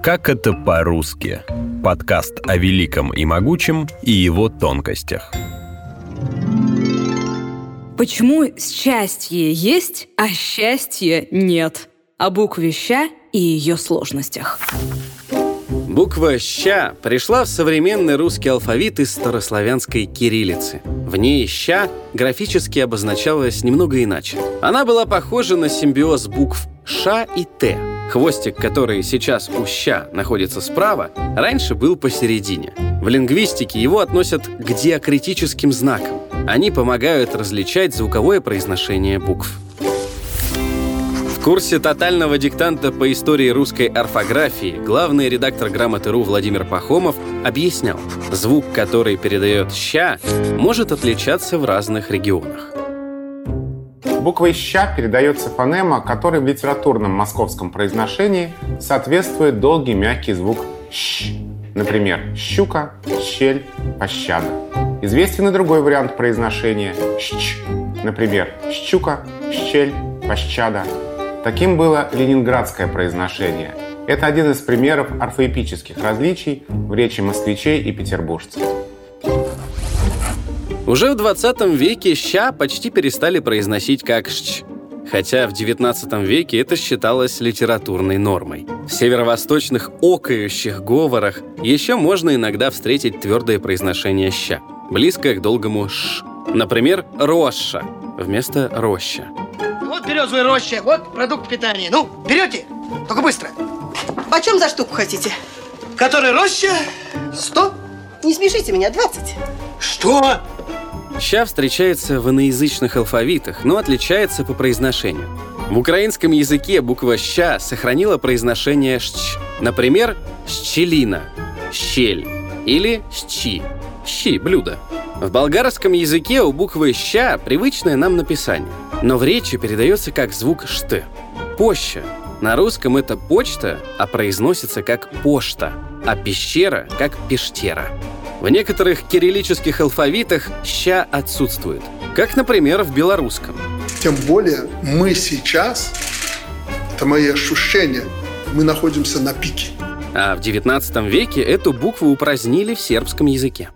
Как это по-русски? Подкаст о великом и могучем и его тонкостях. Почему счастье есть, а счастья нет? О букве «щ» и ее сложностях. Буква «щ» пришла в современный русский алфавит из старославянской кириллицы. В ней «щ» графически обозначалась немного иначе. Она была похожа на симбиоз букв «ш» и «т». Хвостик, который сейчас у «щ» находится справа, раньше был посередине. В лингвистике его относят к диакритическим знакам. Они помогают различать звуковое произношение букв. В курсе тотального диктанта по истории русской орфографии главный редактор «Грамоты.ру» Владимир Пахомов объяснял, звук, который передает «щ», может отличаться в разных регионах. Буквой «щ» передается фонема, который в литературном московском произношении соответствует долгий мягкий звук «щ». Например, щука, щель, пощада. Известен и другой вариант произношения «щ». Например, щука, щель, пощада. Таким было ленинградское произношение. Это один из примеров орфоэпических различий в речи москвичей и петербуржцев. Уже в 20 веке «щ» почти перестали произносить как «щ», хотя в 19 веке это считалось литературной нормой. В северо-восточных окающих говорах еще можно иногда встретить твердое произношение «щ», близкое к долгому «ш». Например, «роща» вместо «роща». Вот березовая роща, вот продукт питания. Ну, берете? Только быстро. Почем за штуку хотите? Который роща? 100. Не смешите меня, 20. Что? «Щ» встречается в иноязычных алфавитах, но отличается по произношению. В украинском языке буква «щ» сохранила произношение «щ». Например, «щелина», «щель» или «щи», «щи» – блюдо. В болгарском языке у буквы «щ» привычное нам написание, но в речи передается как звук «шт». «Поща». На русском это «почта», а произносится как «пошта», а «пещера» — как «пештера». В некоторых кириллических алфавитах «щ» отсутствует, как, например, в белорусском. Тем более мы сейчас, это мои ощущения, мы находимся на пике. А в XIX веке эту букву упразднили в сербском языке.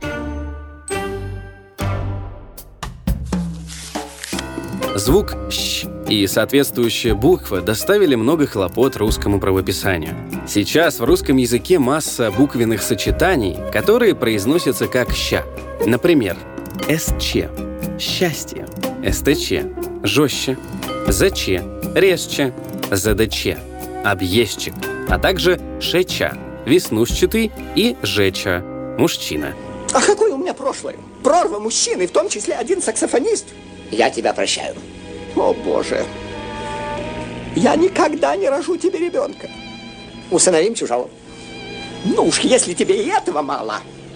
Звук «щ» и соответствующая буква доставили много хлопот русскому правописанию. Сейчас в русском языке масса буквенных сочетаний, которые произносятся как «щ». Например, «сч» — «счастье», «стч» — «жестче», «зч» — «резче», «задч» — «объездчик», а также «шеча» — «веснушчатый» и «жеча» — «мужчина». А какое у меня прошлое? Прорва мужчины, в том числе один саксофонист. Я тебя прощаю. О, Боже. Я никогда не рожу тебе ребенка. Усыновим чужого. Ну уж, если тебе и этого мало.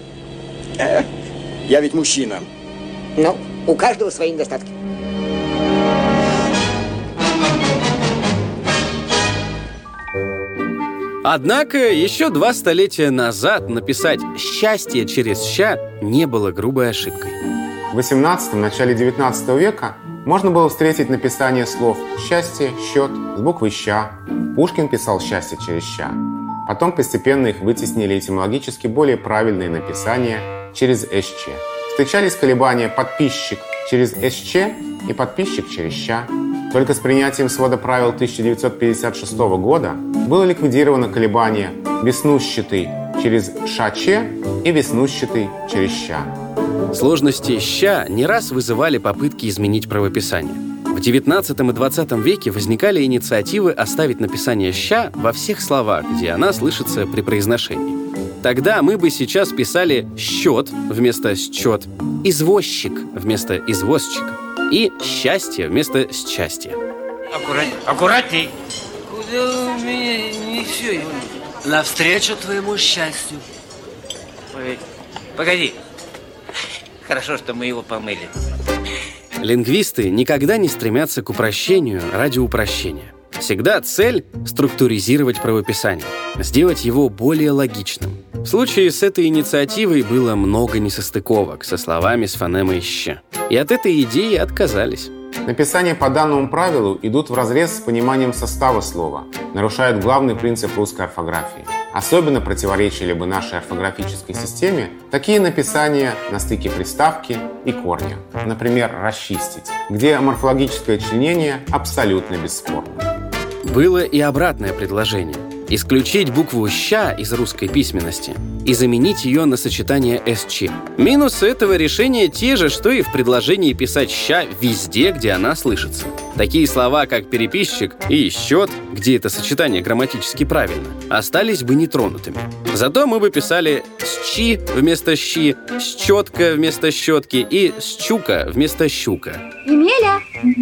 Я ведь мужчина. Ну, у каждого свои недостатки. Однако еще 2 столетия назад написать «счастье» через «щ» не было грубой ошибкой. В XVIII – начале XIX века можно было встретить написание слов «счастье», «счет» с буквой «щ». Пушкин писал «счастье» через «щ». Потом постепенно их вытеснили этимологически более правильные написания через «сч». Встречались колебания «подписчик» через «сч» и «подписчик» через «щ». Только с принятием свода правил 1956 года было ликвидировано колебание «веснушчатый» через «шч» и «веснушчатый» через «щ». Сложности «щ» не раз вызывали попытки изменить правописание. В XIX и XX веке возникали инициативы оставить написание «щ» во всех словах, где она слышится при произношении. Тогда мы бы сейчас писали «счет» вместо «счет», «извозчик» вместо «извозчика» и «счастье» вместо «счастья». Аккуратней. Куда у меня не все? Навстречу твоему счастью. Погоди. Хорошо, что мы его помыли. Лингвисты никогда не стремятся к упрощению ради упрощения. Всегда цель — структуризировать правописание, сделать его более логичным. В случае с этой инициативой было много несостыковок со словами с фонемой «щ». И от этой идеи отказались. Написания по данному правилу идут вразрез с пониманием состава слова, нарушают главный принцип русской орфографии. Особенно противоречили бы нашей орфографической системе такие написания на стыке приставки и корня. Например, «расчистить», где морфологическое членение абсолютно бесспорно. Было и обратное предложение. Исключить букву «ща» из русской письменности и заменить ее на сочетание «сч». Минусы этого решения те же, что и в предложении писать «ща» везде, где она слышится. Такие слова, как «переписчик» и «счет», где это сочетание грамматически правильно, остались бы нетронутыми. Зато мы бы писали «счи» вместо «щи», «счетка» вместо «щетки» и «счука» вместо «щука». Емеля,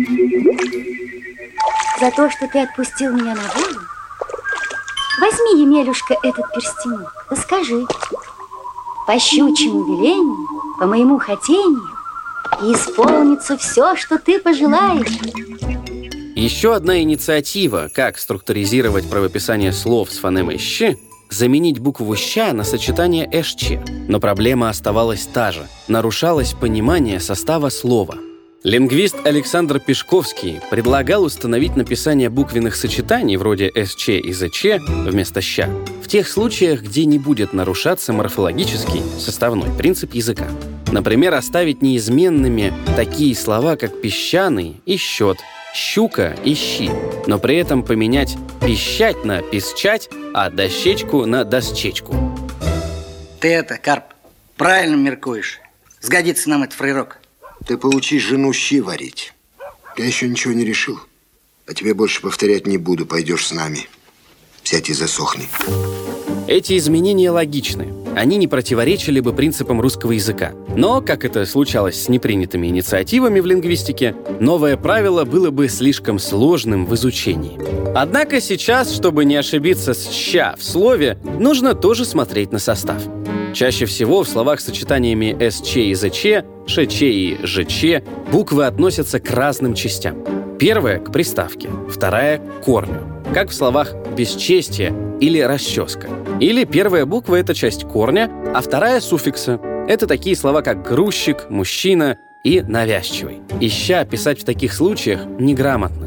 за то, что ты отпустил меня на волю, возьми, Емелюшка, этот перстенек, да скажи: по щучьему велению, по моему хотению, и исполнится все, что ты пожелаешь. Еще одна инициатива, как структуризировать правописание слов с фонемой «щ», заменить букву «ща» на сочетание «эшче». Но проблема оставалась та же. Нарушалось понимание состава слова. Лингвист Александр Пешковский предлагал установить написание буквенных сочетаний вроде «сч» и «зч» вместо «ща в тех случаях, где не будет нарушаться морфологический составной принцип языка. Например, оставить неизменными такие слова, как «песчаный» и «счет», «щука» и «щи», но при этом поменять «пищать» на «писчать», а «дощечку» на «досчечку». Ты это, Карп, правильно меркуешь. Сгодится нам этот фрейрок. Ты поучись жену щи варить. Я еще ничего не решил. А тебе больше повторять не буду. Пойдешь с нами. Сядь и засохни. Эти изменения логичны. Они не противоречили бы принципам русского языка. Но, как это случалось с непринятыми инициативами в лингвистике, новое правило было бы слишком сложным в изучении. Однако сейчас, чтобы не ошибиться с «ща» в слове, нужно тоже смотреть на состав. Чаще всего в словах с сочетаниями «сч» и «зч», «шч» и «жч» буквы относятся к разным частям. Первая — к приставке, вторая — к корню, как в словах «бесчестие» или «расческа». Или первая буква — это часть корня, а вторая — суффикса. Это такие слова, как «грузчик», «мужчина» и «навязчивый». И «ща» писать в таких случаях неграмотно.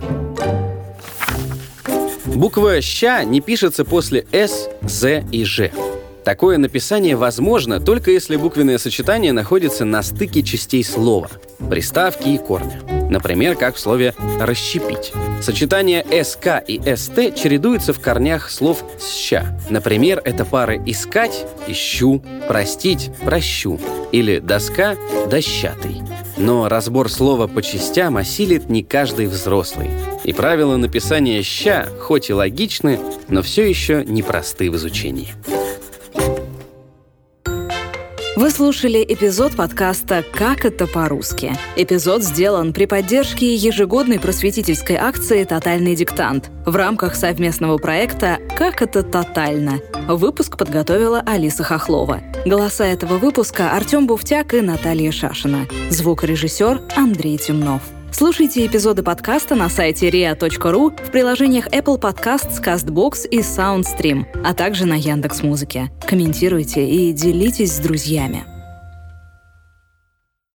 Буква «ща» не пишется после «с», «з» и «ж». Такое написание возможно только если буквенное сочетание находится на стыке частей слова, приставки и корня. Например, как в слове «расщепить». Сочетание «СК» и «СТ» чередуются в корнях слов «ща». Например, это пары «искать» — «ищу», «простить» — «прощу» или «доска» — «дощатый». Но разбор слова по частям осилит не каждый взрослый. И правила написания «ща» хоть и логичны, но все еще непросты в изучении. Вы слушали эпизод подкаста «Как это по-русски». Эпизод сделан при поддержке ежегодной просветительской акции «Тотальный диктант» в рамках совместного проекта «Как это тотально». Выпуск подготовила Алиса Хохлова. Голоса этого выпуска — Артем Буфтяк и Наталья Шашина. Звукорежиссер Андрей Темнов. Слушайте эпизоды подкаста на сайте ria.ru, в приложениях Apple Podcasts, CastBox и SoundStream, а также на Яндекс.Музыке. Комментируйте и делитесь с друзьями.